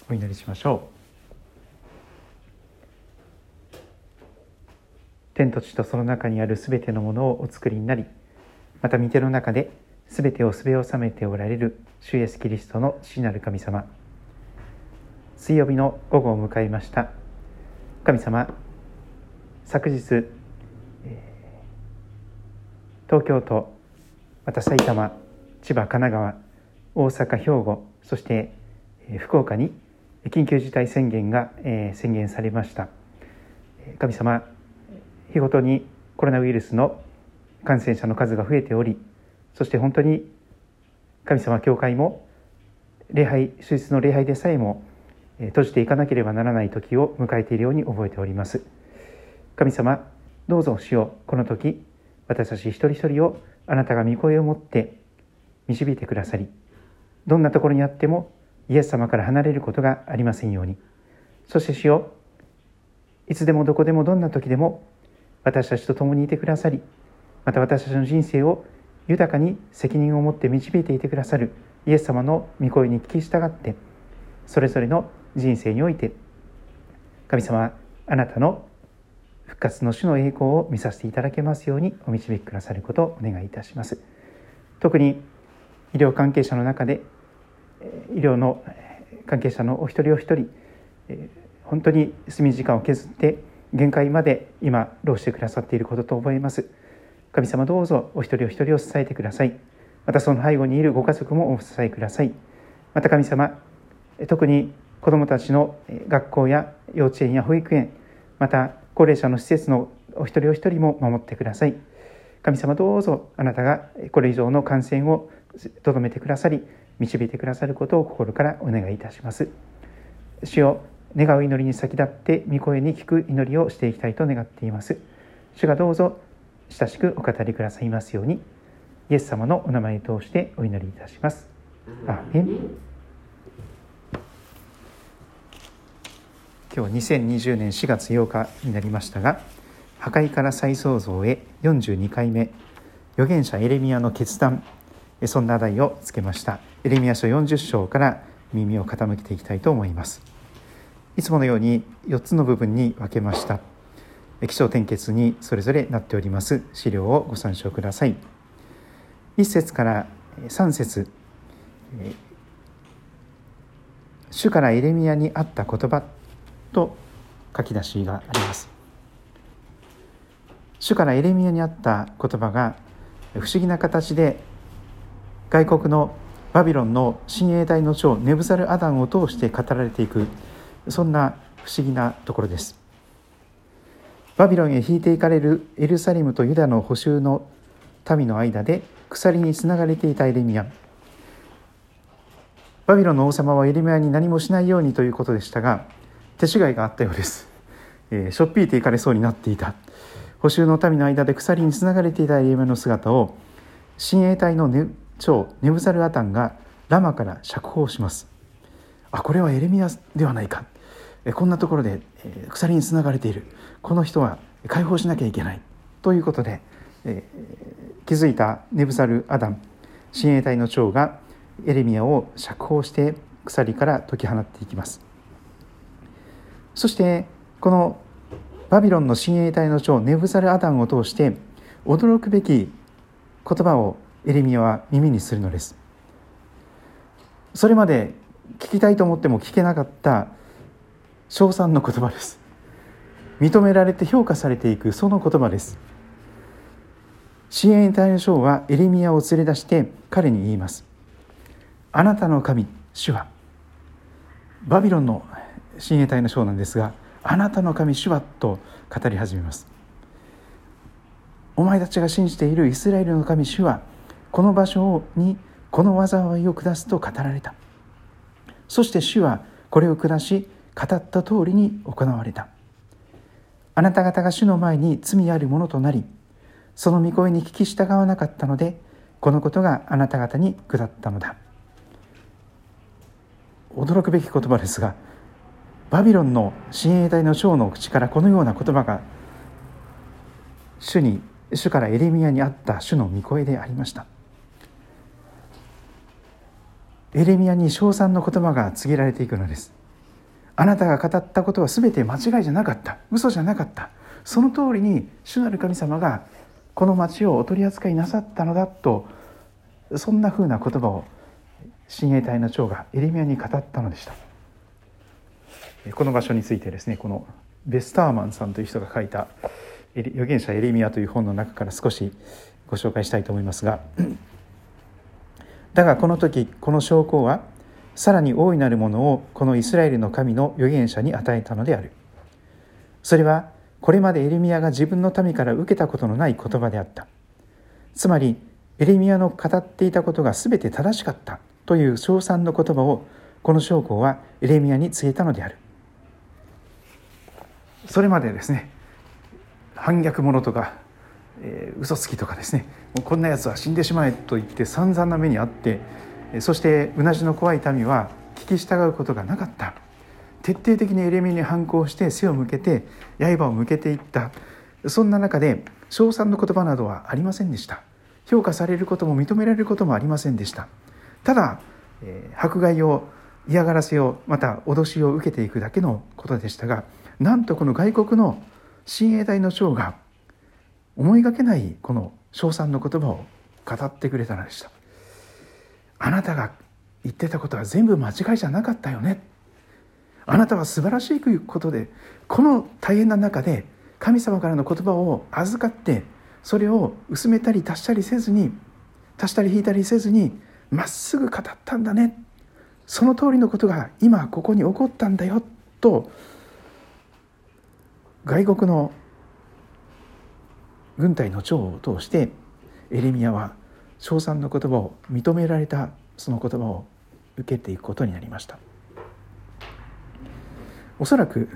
お祈りしましょう。天と地とその中にあるすべてのものをお作りになり、また御手の中ですべてをすべ収めておられる主イエスキリストの父なる神様、水曜日の午後を迎えました。神様、昨日東京都、また埼玉、千葉、神奈川、大阪、兵庫、そして福岡に緊急事態宣言が宣言されました。神様、日ごとにコロナウイルスの感染者の数が増えており、そして本当に神様、教会も礼拝、主日の礼拝でさえも閉じていかなければならない時を迎えているように覚えております。神様、どうぞ主よ、この時私たち一人一人をあなたが御声を持って導いてくださり、どんなところにあってもイエス様から離れることがありませんように。そして主よ、いつでもどこでもどんな時でも私たちと共にいてくださり、また私たちの人生を豊かに責任を持って導いていてくださるイエス様の御声に聞き従って、それぞれの人生において神様、あなたの復活の主の栄光を見させていただけますようにお導きくださることをお願いいたします。特に医療関係者の中で、医療の関係者のお一人お一人、本当に睡眠時間を削って限界まで今労してくださっていることと思います。神様、どうぞお一人お一人を支えてください。またその背後にいるご家族もお支えください。また神様、特に子どもたちの学校や幼稚園や保育園、また高齢者の施設のお一人お一人も守ってください。神様、どうぞあなたがこれ以上の感染をとどめてくださり、導いてくださることを心からお願いいたします。主よ、願う祈りに先立って御声に聞く祈りをしていきたいと願っています。主がどうぞ親しくお語りくださいますように、イエス様のお名前を通してお祈りいたします。アーメン。今日2020年4月8日になりましたが、破壊から再創造へ42回目、預言者エレミヤの決断、そんな題をつけました。エレミヤ書40章から耳を傾けていきたいと思います。いつものように4つの部分に分けました。起承転結にそれぞれなっております資料をご参照ください。1節から3節、主からエレミヤにあった言葉と書き出しがあります。主からエレミヤにあった言葉が不思議な形で外国のバビロンの親衛隊の長ネブザルアダンを通して語られていく、そんな不思議なところです。バビロンへ引いていかれるエルサレムとユダの捕囚の民の間で鎖につながれていたエレミヤ。バビロンの王様はエレミヤに何もしないようにということでしたが、手違いがあったようです。しょっぴいていかれそうになっていた捕囚の民の間で鎖につながれていたエレミヤの姿を親衛隊の長ネブザルアタンがラマから釈放します。これはエレミヤではないか、こんなところで鎖につながれている、この人は解放しなきゃいけないということで、気づいたネブザルアダン親衛隊の長がエレミヤを釈放して鎖から解き放っていきます。そしてこのバビロンの親衛隊の長ネブザルアダンを通して驚くべき言葉をエレミヤは耳にするのです。それまで聞きたいと思っても聞けなかった称賛の言葉です。認められて評価されていく、その言葉です。親衛隊の長はエレミヤを連れ出して彼に言います。あなたの神主は、バビロンの親衛隊の長なんですが、あなたの神主はと語り始めます。お前たちが信じているイスラエルの神主は、この場所にこの災いを下すと語られた。そして主はこれを下し、語った通りに行われた。あなた方が主の前に罪あるものとなり、その御声に聞き従わなかったので、このことがあなた方に下ったのだ。驚くべき言葉ですが、バビロンの親衛隊の長の口からこのような言葉が主からエレミヤにあった主の御声でありました。エレミヤに称賛の言葉が告げられていくのです。 あなたが語ったことは全て間違いじゃなかった、嘘じゃなかった、その通りに主なる神様がこの町をお取り扱いなさったのだと、そんなふうな言葉を親衛隊の長がエレミヤに語ったのでした。この場所についてですね、このベスターマンさんという人が書いた預言者エレミヤという本の中から少しご紹介したいと思いますが、だがこの時この証拠はさらに大いなるものをこのイスラエルの神の預言者に与えたのである。それはこれまでエレミヤが自分の民から受けたことのない言葉であった。つまりエレミヤの語っていたことがすべて正しかったという称賛の言葉をこの将校はエレミヤに告げたのである。それまでですね、反逆者とか、嘘つきとかですね、もうこんなやつは死んでしまえと言って散々な目にあって、そしてうなじの怖い民は聞き従うことがなかった。徹底的にエレミヤに反抗して背を向けて刃を向けていった。そんな中で称賛の言葉などはありませんでした。評価されることも認められることもありませんでした。ただ、迫害を嫌がらせをまた脅しを受けていくだけのことでしたが、なんとこの外国の親衛隊の長が思いがけないこの称賛の言葉を語ってくれたのでした。あなたが言ってたことは全部間違いじゃなかったよね。あなたは素晴らしいことで、この大変な中で神様からの言葉を預かって、それを薄めたり足したりせずに、足したり引いたりせずにまっすぐ語ったんだね。その通りのことが今ここに起こったんだよと、外国の軍隊の長を通してエレミヤは称賛の言葉を認められた、その言葉を受けていくことになりました。おそらく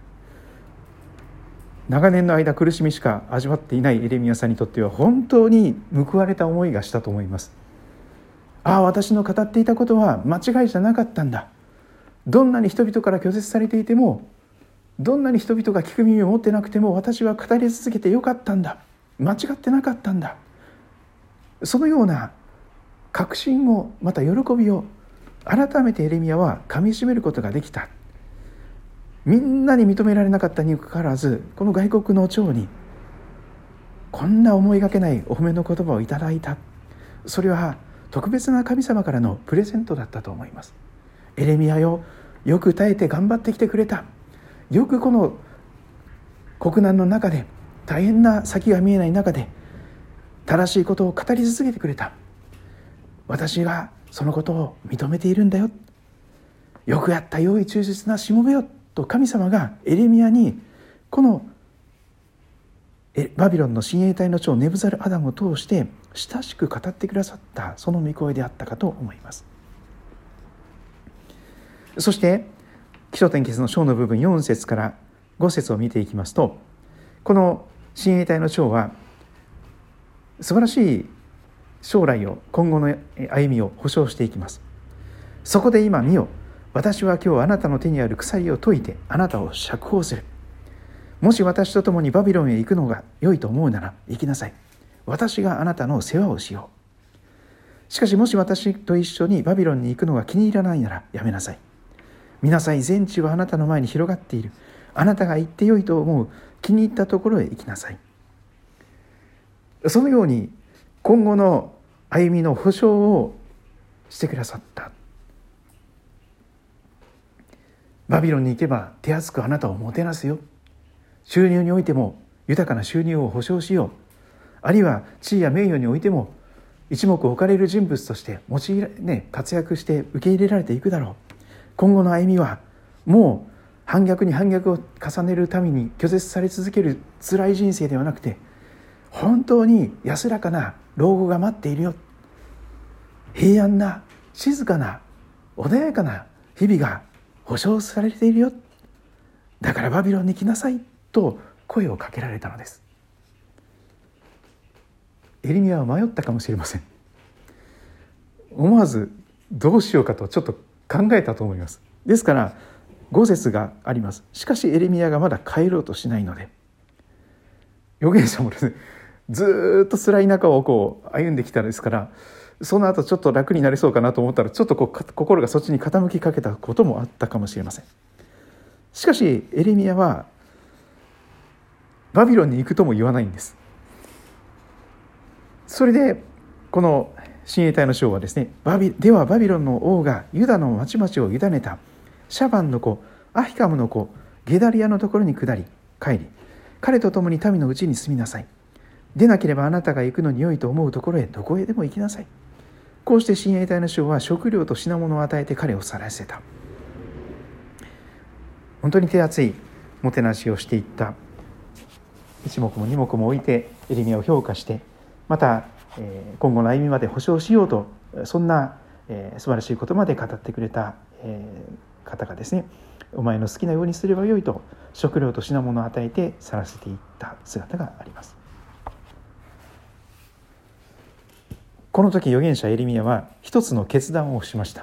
長年の間苦しみしか味わっていないエレミヤさんにとっては本当に報われた思いがしたと思います。ああ、私の語っていたことは間違いじゃなかったんだ。どんなに人々から拒絶されていても、どんなに人々が聞く耳を持ってなくても、私は語り続けてよかったんだ。間違ってなかったんだ。そのような確信を、また喜びを改めてエレミヤはかみしめることができた。みんなに認められなかったにもかかわらず、この外国の長にこんな思いがけないお褒めの言葉をいただいた。それは特別な神様からのプレゼントだったと思います。エレミヤよ、よく耐えて頑張ってきてくれた。よくこの国難の中で、大変な先が見えない中で正しいことを語り続けてくれた。私がそのことを認めているんだよ。よくやった、良い忠実なしもべよと神様がエレミヤにこのバビロンの親衛隊の長ネブザルアダンを通して親しく語ってくださった、その御声であったかと思います。そして起承転結の章の部分4節から5節を見ていきますと、この親衛隊の長は素晴らしい将来を、今後の歩みを保証していきます。そこで今見よ、私は今日あなたの手にある鎖を解いてあなたを釈放する。もし私と共にバビロンへ行くのが良いと思うなら行きなさい。私があなたの世話をしよう。しかしもし私と一緒にバビロンに行くのが気に入らないならやめなさい。見なさい、全地はあなたの前に広がっている。あなたが行って良いと思う気に入ったところへ行きなさい。そのように今後の歩みの保証をしてくださった。バビロンに行けば手厚くあなたをもてなすよ。収入においても豊かな収入を保証しよう。あるいは地位や名誉においても一目置かれる人物として活躍して受け入れられていくだろう。今後の歩みはもう反逆に反逆を重ねるために拒絶され続ける辛い人生ではなくて、本当に安らかな老後が待っているよ。平安な静かな穏やかな日々が保証されているよ。だからバビロンに来なさいと声をかけられたのです。エレミヤは迷ったかもしれません。思わずどうしようかとちょっと考えたと思います。ですから5節があります。しかしエレミヤがまだ帰ろうとしないので、預言者もですね、ずっと辛い中を歩んできたですから、その後ちょっと楽になりそうかなと思ったら、ちょっと心がそっちに傾きかけたこともあったかもしれません。 しかしエレミヤはバビロンに行くとも言わないんです。それでこの親衛隊の将はですね、ではバビロンの王がユダの町々を委ねたシャバンの子アヒカムの子ゲダリアのところに下り帰り、彼と共に民のうちに住みなさい。でなければあなたが行くのに良いと思うところへどこへでも行きなさい。こうして親衛隊の将は食料と品物を与えて彼を去らせた。本当に手厚いもてなしをしていった。一目も二目も置いてエレミヤを評価して、また今後の歩みまで保証しようと、そんな素晴らしいことまで語ってくれた方がですね、お前の好きなようにすればよいと食料と品物を与えて去らせていった姿があります。この時預言者エレミヤは一つの決断をしました。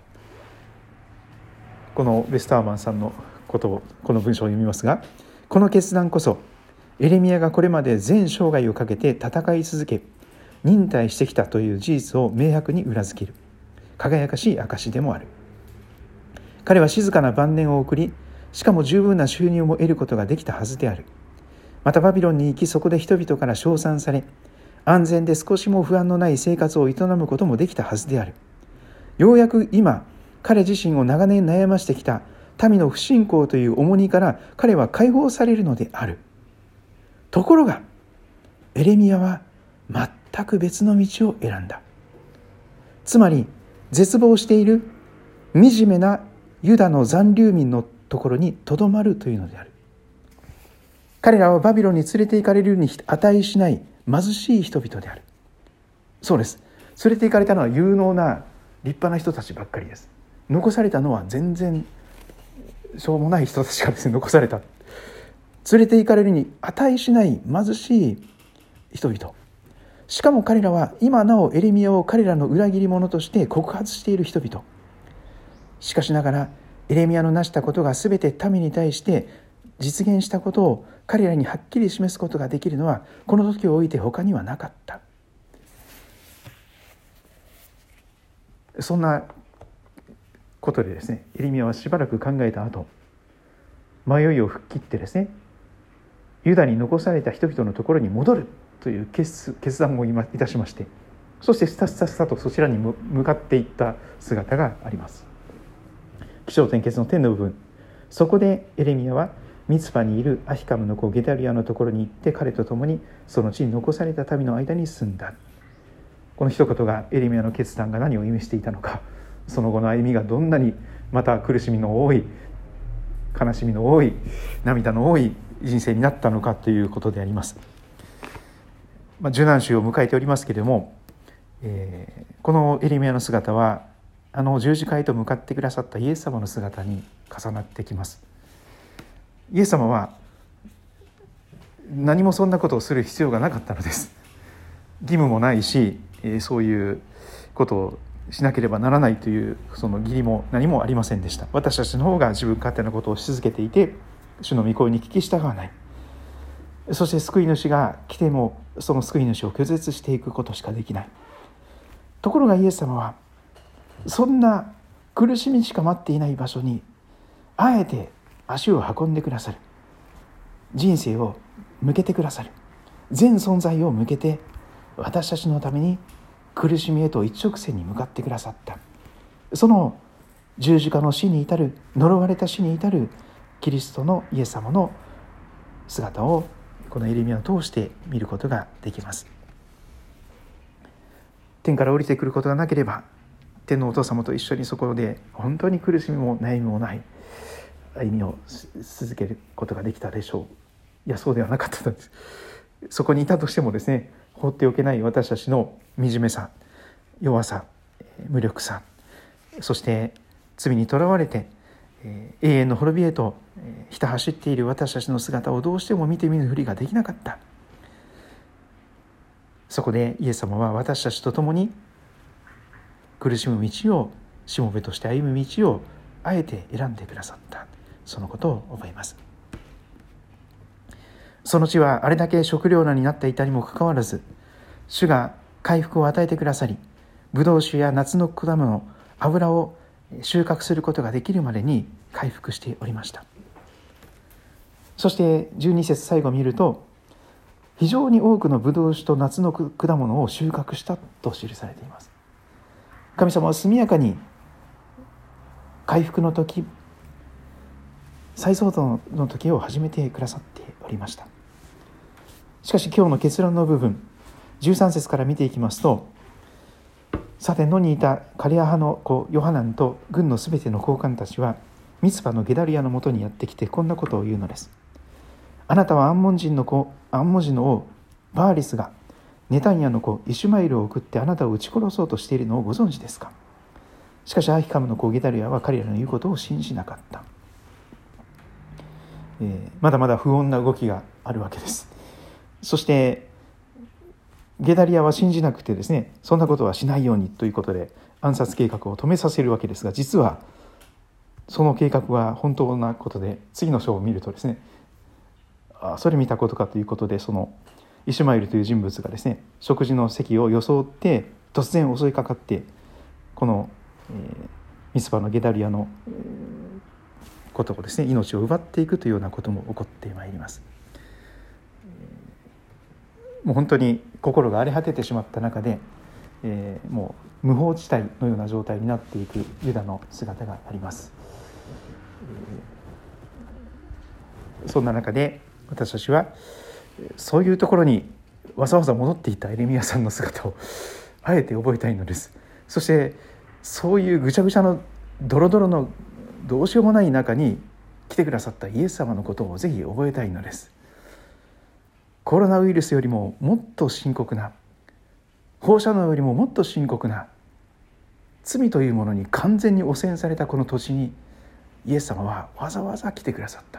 このベスターマンさんのことを、この文章を読みますが、この決断こそエレミヤがこれまで全生涯をかけて戦い続け忍耐してきたという事実を明白に裏付ける輝かしい証でもある。彼は静かな晩年を送り、しかも十分な収入も得ることができたはずである。またバビロンに行き、そこで人々から称賛され、安全で少しも不安のない生活を営むこともできたはずである。ようやく今、彼自身を長年悩ましてきた民の不信仰という重荷から彼は解放されるのである。ところがエレミヤは全く別の道を選んだ。つまり絶望している惨めなユダの残留民のところにとどまるというのである。彼らはバビロンに連れて行かれるに値しない貧しい人々である。そうです。連れて行かれたのは有能な立派な人たちばっかりです。残されたのは全然しょうもない人たちがですね、残された。連れて行かれるに値しない貧しい人々。しかも彼らは今なおエレミヤを彼らの裏切り者として告発している人々。しかしながらエレミヤの成したことが全て民に対して実現したことを彼らにはっきり示すことができるのはこの時をおいて他にはなかった。そんなことでですね、エレミヤはしばらく考えた後、迷いを吹っ切ってですね、ユダに残された人々のところに戻るという決断をいたしまして、そしてスタスタスタとそちらに向かっていった姿があります。起承転結の点の部分、そこでエレミヤはミツパにいるアヒカムの子ゲダリアのところに行って彼と共にその地に残された民の間に住んだ。この一言がエレミヤの決断が何を意味していたのか、その後の歩みがどんなにまた苦しみの多い、悲しみの多い、涙の多い人生になったのかということであります。受難週を迎えておりますけれども、このエレミヤの姿は十字架へと向かってくださったイエス様の姿に重なってきます。イエス様は何もそんなことをする必要がなかったのです。義務もないし、そういうことをしなければならないというその義理も何もありませんでした。私たちの方が自分勝手なことをし続けていて、主の御声に聞き従わない。そして救い主が来てもその救い主を拒絶していくことしかできない。ところがイエス様はそんな苦しみしか待っていない場所にあえて足を運んでくださる。人生を向けてくださる。全存在を向けて私たちのために苦しみへと一直線に向かってくださった。その十字架の死に至る、呪われた死に至るキリストのイエス様の姿をこのエレミヤを通して見ることができます。天から降りてくることがなければ、天のお父様と一緒にそこで本当に苦しみも悩みもない歩みを続けることができたでしょう。いや、そうではなかったんです。そこにいたとしてもですね、放っておけない私たちの惨めさ、弱さ、無力さ、そして罪にとらわれて永遠の滅びへとひた走っている私たちの姿をどうしても見て見ぬふりができなかった。そこでイエス様は私たちと共に苦しむ道を、しもべとして歩む道をあえて選んでくださった。そのことを思います。その地はあれだけ食糧難になっていたにもかかわらず、主が回復を与えてくださり、ブドウ酒や夏の果物の油を収穫することができるまでに回復しておりました。 そして12節最後を見ると、非常に多くのブドウ酒と夏の果物を収穫したと記されています。神様は速やかに回復の時、再創造の時を始めてくださっておりました。しかし今日の結論の部分、13節から見ていきますと、さて野にいたカレア派の子ヨハナンと軍のすべての高官たちはミツパのゲダリアのもとにやってきて、こんなことを言うのです。あなたはアンモン人の王バーリスがネタンヤの子イシュマエルを送ってあなたを撃ち殺そうとしているのをご存知ですか。しかしアヒカムの子ゲダリアは彼らの言うことを信じなかった。まだまだ不穏な動きがあるわけです。そしてゲダリアは信じなくてですね、そんなことはしないようにということで暗殺計画を止めさせるわけですが、実はその計画は本当なことで、次の章を見るとですね、それ見たことかということで、そのイシュマエルという人物がですね、食事の席を装って突然襲いかかって、この、ミツパのゲダリアのことをですね、命を奪っていくというようなことも起こってまいります。もう本当に心が荒れ果ててしまった中で、もう無法地帯のような状態になっていくユダの姿があります。そんな中で私たちはそういうところにわざわざ戻っていったエレミヤさんの姿をあえて覚えたいのです。そしてそういうぐちゃぐちゃのドロドロのどうしようもない中に来てくださったイエス様のことをぜひ覚えたいのです。コロナウイルスよりももっと深刻な、放射能よりももっと深刻な罪というものに完全に汚染されたこの土地にイエス様はわざわざ来てくださった。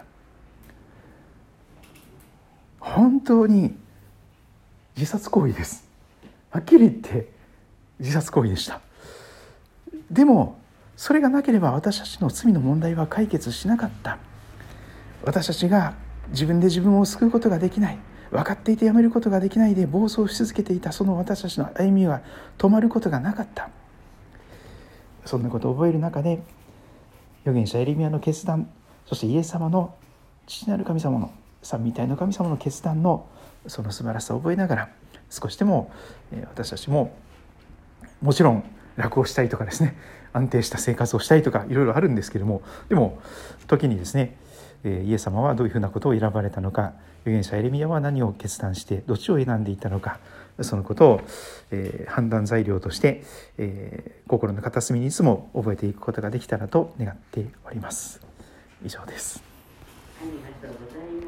本当に自殺行為です。はっきり言って自殺行為でした。でもそれがなければ私たちの罪の問題は解決しなかった。私たちが自分で自分を救うことができない、分かっていてやめることができないで暴走し続けていたその私たちの歩みは止まることがなかった。そんなことを覚える中で、預言者エレミヤの決断、そしてイエス様の父なる神様の三位一体の神様の決断のその素晴らしさを覚えながら、少しでも私たちももちろん楽をしたいとかですね、安定した生活をしたいとかいろいろあるんですけれども、でも時にですね、イエス様はどういうふうなことを選ばれたのか、預言者エレミヤは何を決断してどっちを選んでいったのか、そのことを、判断材料として、心の片隅にいつも覚えていくことができたらと願っております。以上です。